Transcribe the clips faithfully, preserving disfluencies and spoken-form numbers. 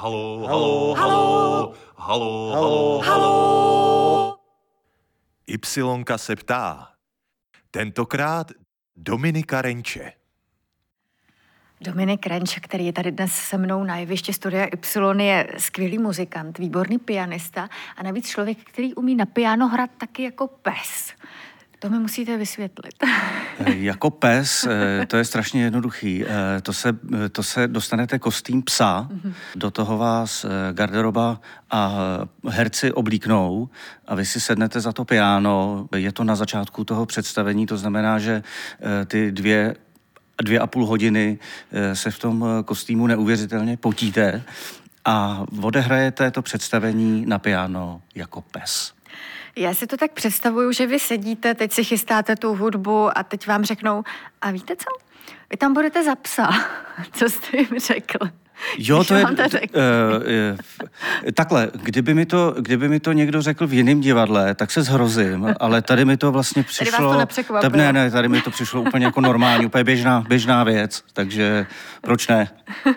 Halo, halo, halo, halo, halo, halo. Ypsilonka se ptá. Tentokrát Dominika Renče. Dominik Renč, který je tady dnes se mnou na jevišti Studia Y, je skvělý muzikant, výborný pianista a navíc člověk, který umí na piano hrát taky jako pes. To mi musíte vysvětlit. Jako pes, to je strašně jednoduchý. To se, to se dostanete kostým psa, mm-hmm. do toho vás garderoba a herci oblíknou a vy si sednete za to piano. Je to na začátku toho představení, to znamená, že ty dvě dvě a půl hodiny se v tom kostýmu neuvěřitelně potíte a odehrajete to představení na piano jako pes. Já si to tak představuju, že vy sedíte, teď si chystáte tu hudbu a teď vám řeknou, a víte co? Vy tam budete za psa. Co jste jim řekl? Jo, to je, uh, uh, takhle, kdyby mi, to, kdyby mi to někdo řekl v jiném divadle, tak se zhrozím, ale tady mi to vlastně přišlo... Tady vás to nepřekvapilo. Ne, ne, tady mi to přišlo úplně jako normální, úplně běžná, běžná věc, takže proč ne?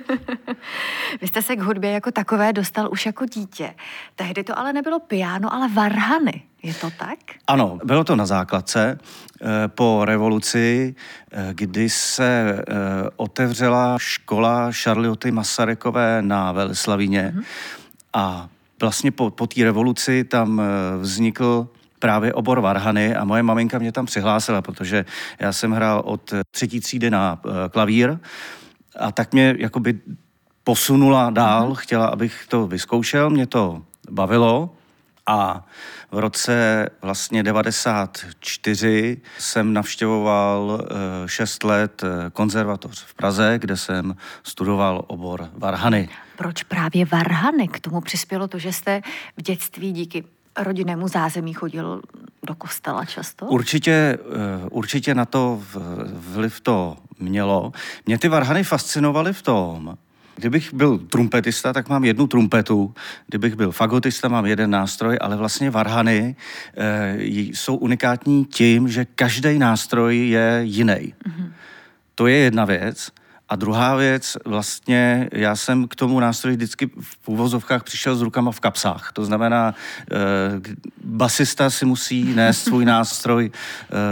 Vy jste se k hudbě jako takové dostal už jako dítě. Tehdy to ale nebylo piano, ale varhany. Je to tak? Ano, bylo to na základce. Po revoluci, kdy se otevřela škola Charloty Masarykové na Veleslavíně mm-hmm. a vlastně po, po té revoluci tam vznikl právě obor varhany a moje maminka mě tam přihlásila, protože já jsem hrál od třetí třídy na klavír a tak mě jakoby posunula dál, mm-hmm. chtěla, abych to vyzkoušel, mě to bavilo. A v roce vlastně devadesát čtyři jsem navštěvoval šest let konzervatoř v Praze, kde jsem studoval obor varhany. Proč právě varhany? K tomu přispělo to, že jste v dětství díky rodinnému zázemí chodil do kostela často? Určitě, určitě na to vliv to mělo. Mě ty varhany fascinovaly v tom, kdybych byl trumpetista, tak mám jednu trumpetu, kdybych byl fagotista, mám jeden nástroj, ale vlastně varhany e, jsou unikátní tím, že každý nástroj je jiný. Mm-hmm. To je jedna věc. A druhá věc, vlastně já jsem k tomu nástroji vždycky v úvozovkách přišel s rukama v kapsách. To znamená, e, basista si musí nést svůj nástroj e,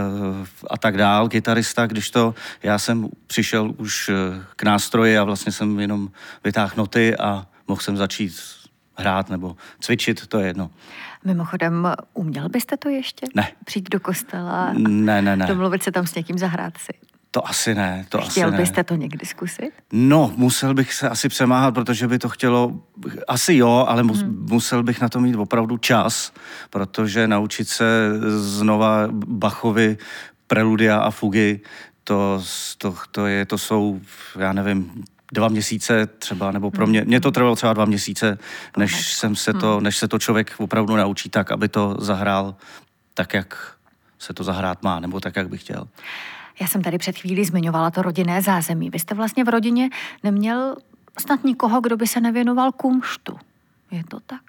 a tak dál, kytarista, když to, já jsem přišel už k nástroji a vlastně jsem jenom vytáhl noty a mohl jsem začít hrát nebo cvičit, to je jedno. Mimochodem, uměl byste to ještě? Ne. Přijít do kostela a ne, ne, ne. domluvit se tam s někým, zahrát si? To asi ne, to Chtěl asi ne. Chtěl byste to někdy zkusit? No, musel bych se asi přemáhat, protože by to chtělo, asi jo, ale mus, hmm. musel bych na to mít opravdu čas, protože naučit se znova Bachovi preludia a fugy, to, to, to, je, to jsou, já nevím, dva měsíce třeba, nebo pro mě, mě to trvalo třeba dva měsíce, než, jsem se to, hmm. než se to člověk opravdu naučí tak, aby to zahrál tak, jak se to zahrát má, nebo tak, jak bych chtěl. Já jsem tady před chvílí zmiňovala to rodinné zázemí. Vy jste vlastně v rodině neměl snad nikoho, kdo by se nevěnoval kumštu. Je to tak?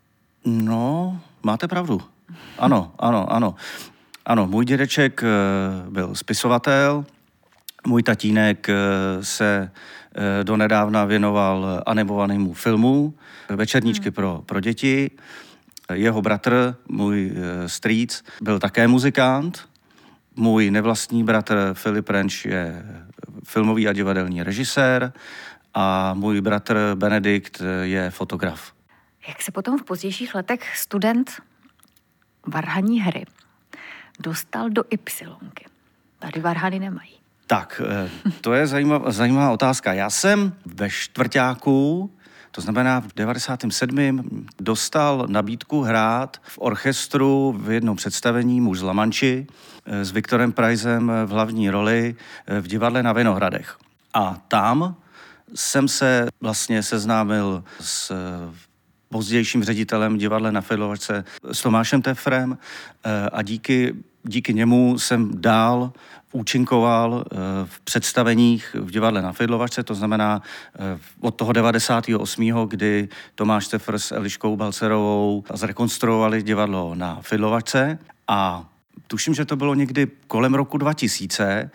No, máte pravdu. Ano, ano, ano. Ano, můj dědeček byl spisovatel, můj tatínek se donedávna věnoval animovanému filmu, večerníčky hmm. pro, pro děti. Jeho bratr, můj strýc, byl také muzikant. Můj nevlastní bratr Filip Renč je filmový a divadelní režisér a můj bratr Benedikt je fotograf. Jak se potom v pozdějších letech student varhaní hry dostal do Ypsilonky? Tady varhany nemají. Tak, to je zajímavá, zajímavá otázka. Já jsem ve čtvrťáku, to znamená v devadesátém sedmém dostal nabídku hrát v orchestru v jednom představení Muž z La Manči s Viktorem Praisem v hlavní roli v divadle na Vinohradech. A tam jsem se vlastně seznámil s pozdějším ředitelem divadla na Fidlovačce s Tomášem Tefrem a díky, díky němu jsem dál účinkoval v představeních v divadle na Fidlovačce, to znamená od toho devadesátého osmého kdy Tomáš Tefr s Eliškou Balcerovou zrekonstruovali divadlo na Fidlovačce a tuším, že to bylo někdy kolem roku dva tisíce.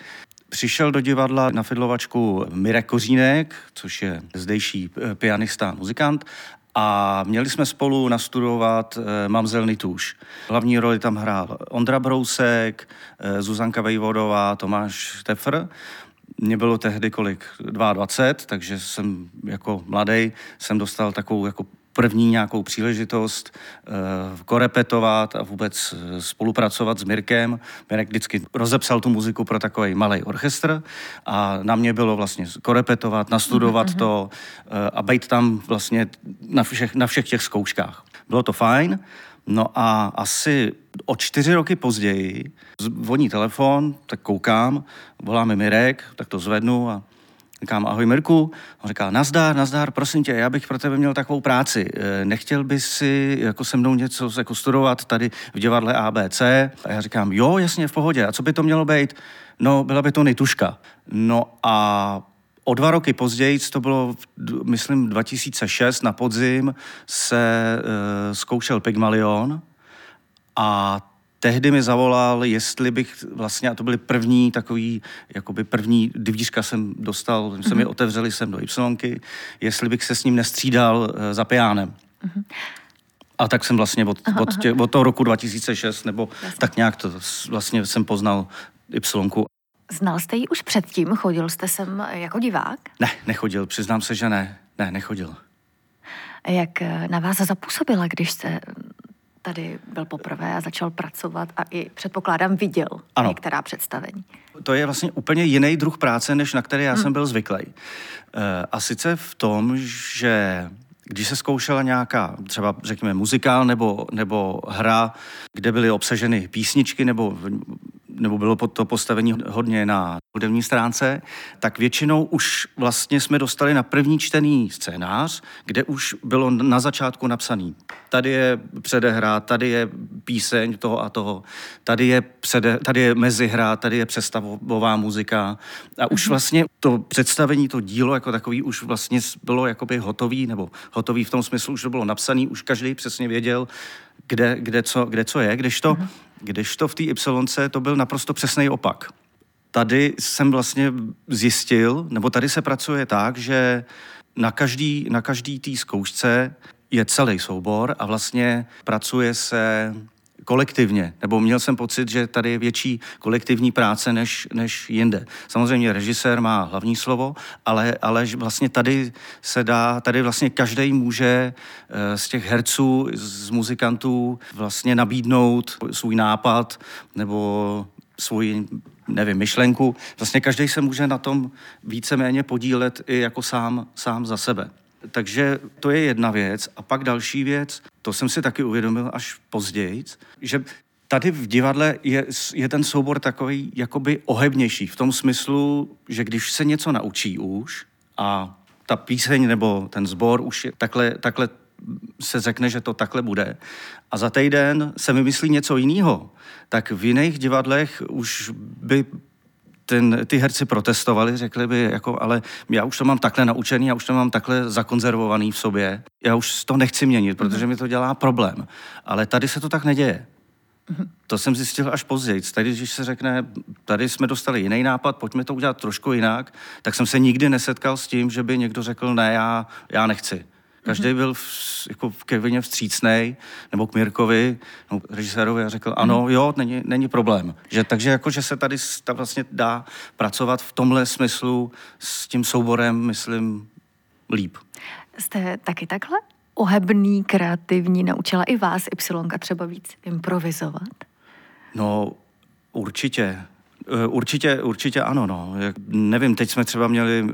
Přišel do divadla na fidlovačku Mirek Kořínek, což je zdejší pianista, muzikant, a měli jsme spolu nastudovat Mamzel Nitouš. Hlavní roli tam hrál Ondra Brousek, Zuzanka Vejvodová, Tomáš Štefr. Mně bylo tehdy kolik? dvacet dva, takže jsem jako mladý jsem dostal takovou jako první nějakou příležitost uh, korepetovat a vůbec spolupracovat s Mirkem. Mirek vždycky rozepsal tu muziku pro takový malý orchestr a na mě bylo vlastně korepetovat, nastudovat mm-hmm. to uh, a být tam vlastně na všech, na všech těch zkouškách. Bylo to fajn. No a asi o čtyři roky později zvoní telefon, tak koukám, volá mi Mirek, tak to zvednu a říkám, ahoj Mirku. On říká, nazdar, nazdar, prosím tě, já bych pro tebe měl takovou práci. Nechtěl bys si jako se mnou něco jako studovat tady v divadle A B C? A já říkám, jo, jasně, v pohodě. A co by to mělo být? No, byla by to Nituška. No a o dva roky později, to bylo, myslím, dva tisíce šest na podzim, se uh, zkoušel Pygmalion a tehdy mi zavolal, jestli bych vlastně, a to byly první takový, jakoby první dvířka jsem dostal, mm-hmm. se mi otevřeli sem do Ypsilonky, jestli bych se s ním nestřídal uh, za pianem. Mm-hmm. A tak jsem vlastně od, aha, od, tě, od toho roku dva tisíce šest, nebo jasně. tak nějak to vlastně jsem poznal Ypsilonku. Znal jste ji už předtím? Chodil jste sem jako divák? Ne, nechodil, přiznám se, že ne. Ne, nechodil. Jak na vás zapůsobila, když jste tady byl poprvé a začal pracovat a i, předpokládám, viděl ano. některá představení? To je vlastně úplně jiný druh práce, než na který já hmm. jsem byl zvyklý. A sice v tom, že když se zkoušela nějaká, třeba řekněme muzikál nebo, nebo hra, kde byly obsaženy písničky nebo nebo bylo to postavení hodně na hudební stránce, tak většinou už vlastně jsme dostali na první čtený scénář, kde už bylo na začátku napsaný. Tady je předehra, tady je píseň toho a toho, tady je, přede, tady je mezihra, tady je přestavová muzika a už vlastně to představení, to dílo jako takový už vlastně bylo jakoby hotový, nebo hotový v tom smyslu, už to bylo napsaný, už každý přesně věděl, kde, kde, co, kde co je, kdežto uh-huh. Kdežto v té Ypsilonce to byl naprosto přesný opak. Tady jsem vlastně zjistil, nebo tady se pracuje tak, že na každý, na každý té zkoušce je celý soubor a vlastně pracuje se kolektivně. Nebo měl jsem pocit, že tady je větší kolektivní práce než, než jinde. Samozřejmě režisér má hlavní slovo, ale, ale vlastně tady se dá, tady vlastně každý může z těch herců, z muzikantů vlastně nabídnout svůj nápad nebo svůj, nevím, myšlenku. Vlastně každý se může na tom víceméně podílet i jako sám, sám za sebe. Takže to je jedna věc. A pak další věc, to jsem si taky uvědomil až později, že tady v divadle je, je ten soubor takový jakoby ohebnější. V tom smyslu, že když se něco naučí už a ta píseň nebo ten sbor už je takhle, takhle se řekne, že to takhle bude a za týden se vymyslí něco jiného, tak v jiných divadlech už by Ten, ty herci protestovali, řekli by, jako, ale já už to mám takhle naučený, já už to mám takhle zakonzervovaný v sobě, já už to nechci měnit, protože mi to dělá problém. Ale tady se to tak neděje. Mm-hmm. To jsem zjistil až později. Tady, když se řekne, tady jsme dostali jiný nápad, pojďme to udělat trošku jinak, tak jsem se nikdy nesetkal s tím, že by někdo řekl, ne, já, já nechci. Každý byl v, jako v Kevině vstřícnej, nebo k Mirkovi, no, režisérovi a řekl, ano, jo, není, není problém. Že, takže jako, že se tady ta vlastně dá pracovat v tomhle smyslu s tím souborem, myslím, líp. Jste taky takhle ohebný, kreativní, naučila i vás Ypsilonka třeba víc improvizovat? No, určitě. Určitě, určitě ano, no. Nevím, teď jsme třeba měli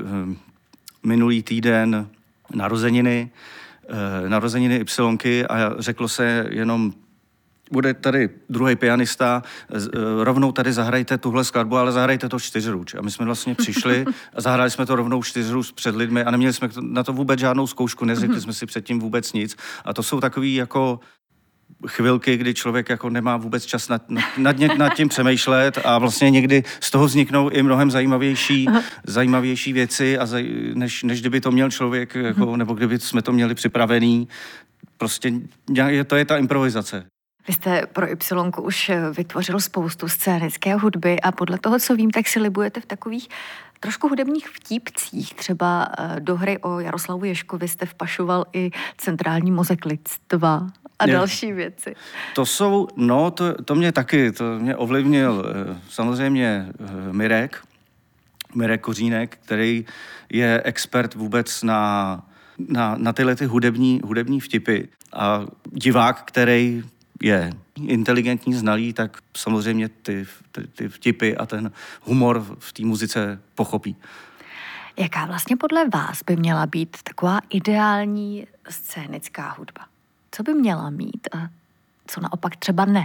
minulý týden narozeniny, narozeniny Ypsilonky a řeklo se jenom, bude tady druhý pianista, rovnou tady zahrajte tuhle skladbu, ale zahrajte to čtyřruč. A my jsme vlastně přišli a zahráli jsme to rovnou čtyřruč před lidmi a neměli jsme na to vůbec žádnou zkoušku, neřekli jsme si předtím vůbec nic. A to jsou takový jako chvilky, kdy člověk jako nemá vůbec čas nad, nad, nad tím přemýšlet a vlastně někdy z toho vzniknou i mnohem zajímavější, zajímavější věci, a zaj, než, než kdyby to měl člověk, jako, nebo kdyby jsme to měli připravený. Prostě to je ta improvizace. Vy jste pro Ypsilonku už vytvořil spoustu scénické hudby a podle toho, co vím, tak si libujete v takových trošku hudebních vtípcích. Třeba do hry o Jaroslavu Ježkovi jste vpašoval i Centrální mozek lidstva a Je. další věci. To jsou, no, to, to mě taky, to mě ovlivnil samozřejmě Mirek, Mirek Kořínek, který je expert vůbec na, na, na tyhle ty hudební, hudební vtipy. A divák, který je inteligentní, znalý, tak samozřejmě ty, ty, ty vtipy a ten humor v té muzice pochopí. Jaká vlastně podle vás by měla být taková ideální scénická hudba? Co by měla mít a co naopak třeba ne?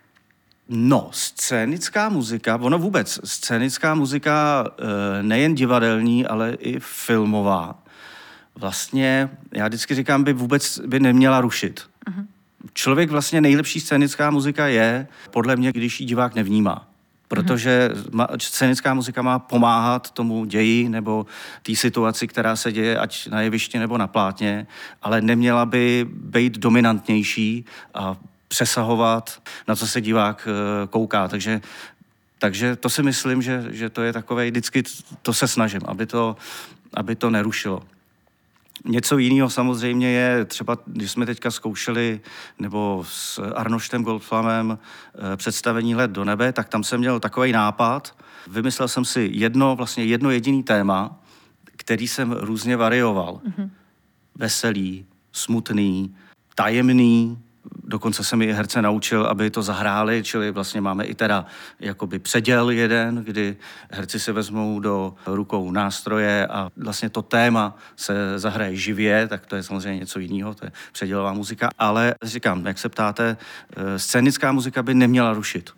No, scénická muzika, ono vůbec, scénická muzika nejen divadelní, ale i filmová. Vlastně, já vždycky říkám, by vůbec by neměla rušit. Uh-huh. Člověk vlastně nejlepší scénická muzika je, podle mě, když ji divák nevnímá. Protože scénická muzika má pomáhat tomu ději nebo té situaci, která se děje ať na jevišti nebo na plátně, ale neměla by být dominantnější a přesahovat, na co se divák kouká. Takže, takže to si myslím, že, že to je takové, vždycky to se snažím, aby to, aby to nerušilo. Něco jiného samozřejmě je, třeba když jsme teďka zkoušeli, nebo s Arnoštem Goldflamem představení Let do nebe, tak tam jsem měl takový nápad. Vymyslel jsem si jedno, vlastně jedno jediný téma, který jsem různě varioval. Mm-hmm. Veselý, smutný, tajemný. Dokonce jsem i herce naučil, aby to zahráli, čili vlastně máme i teda jakoby předěl jeden, kdy herci se vezmou do rukou nástroje a vlastně to téma se zahraje živě, tak to je samozřejmě něco jiného, to je předělová muzika. Ale říkám, jak se ptáte, scénická muzika by neměla rušit.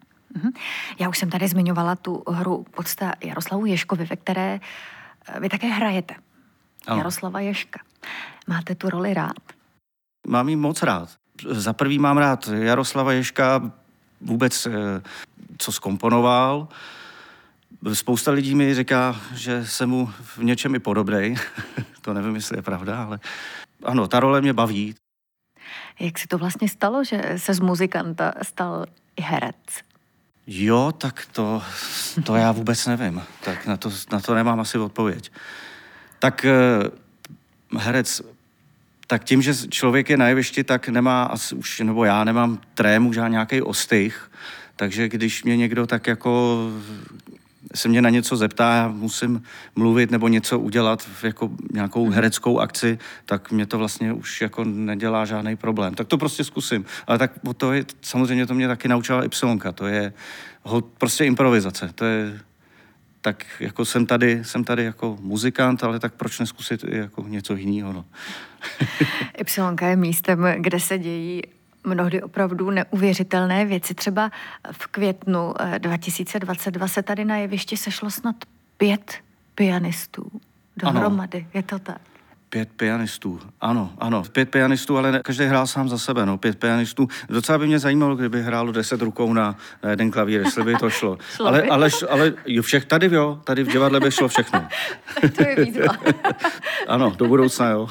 Já už jsem tady zmiňovala tu hru Podsta Jaroslavu Ježkovi, ve které vy také hrajete. Ano. Jaroslava Ježka. Máte tu roli rád? Mám jí moc rád. Za prvý mám rád Jaroslava Ježka, vůbec co zkomponoval. Spousta lidí mi říká, že jsem mu v něčem i podobnej. To nevím, jestli je pravda, ale ano, ta role mě baví. Jak se to vlastně stalo, že se z muzikanta stal i herec? Jo, tak to, to já vůbec nevím. Tak na to, na to nemám asi odpověď. Tak herec... Tak tím, že člověk je na jevišti, tak nemá asi už, nebo já nemám trému, žádný nějaký ostych, takže když mě někdo tak jako se mě na něco zeptá, já musím mluvit nebo něco udělat v jako nějakou hereckou akci, tak mě to vlastně už jako nedělá žádný problém. Tak to prostě zkusím. Ale tak to je, samozřejmě to mě taky naučila Ypsilonka, to je prostě improvizace, to je... Tak jako jsem tady, jsem tady jako muzikant, ale tak proč neskusit i jako něco jiného, no. Ypsilonka je místem, kde se dějí mnohdy opravdu neuvěřitelné věci. Třeba v květnu dva tisíce dvacet dva se tady na jevišti sešlo snad pět pianistů dohromady. Ano. Je to tak? Pět pianistů, ano, ano. Pět pianistů, ale ne, každý hrál sám za sebe, no. Pět pianistů. Docela by mě zajímalo, kdyby hrálo deset rukou na, na jeden klavír, jestli by to šlo. ale, ale, ale jo, všech tady, jo, tady v divadle by šlo všechno. To je výzva. Ano, do budoucna, jo.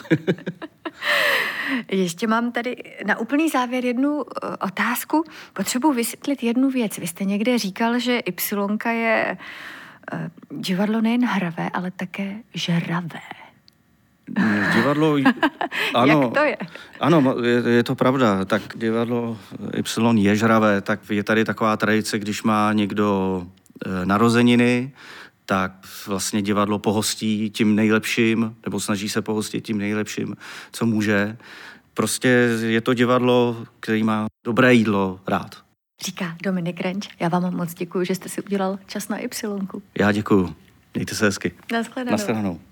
Ještě mám tady na úplný závěr jednu otázku. Potřebuji vysvětlit jednu věc. Vy jste někde říkal, že Ypsilonka je uh, divadlo nejen hravé, ale také žravé. Divadlo, ano, jak to je? Ano, je, je to pravda. Tak divadlo Y je žravé, tak je tady taková tradice, když má někdo e, narozeniny, tak vlastně divadlo pohostí tím nejlepším, nebo snaží se pohostit tím nejlepším, co může. Prostě je to divadlo, který má dobré jídlo rád. Říká Dominik Renč. Já vám moc děkuji, že jste si udělal čas na Ypsilonku. Já děkuju. Mějte se hezky. Naschledanou. Naschledanou.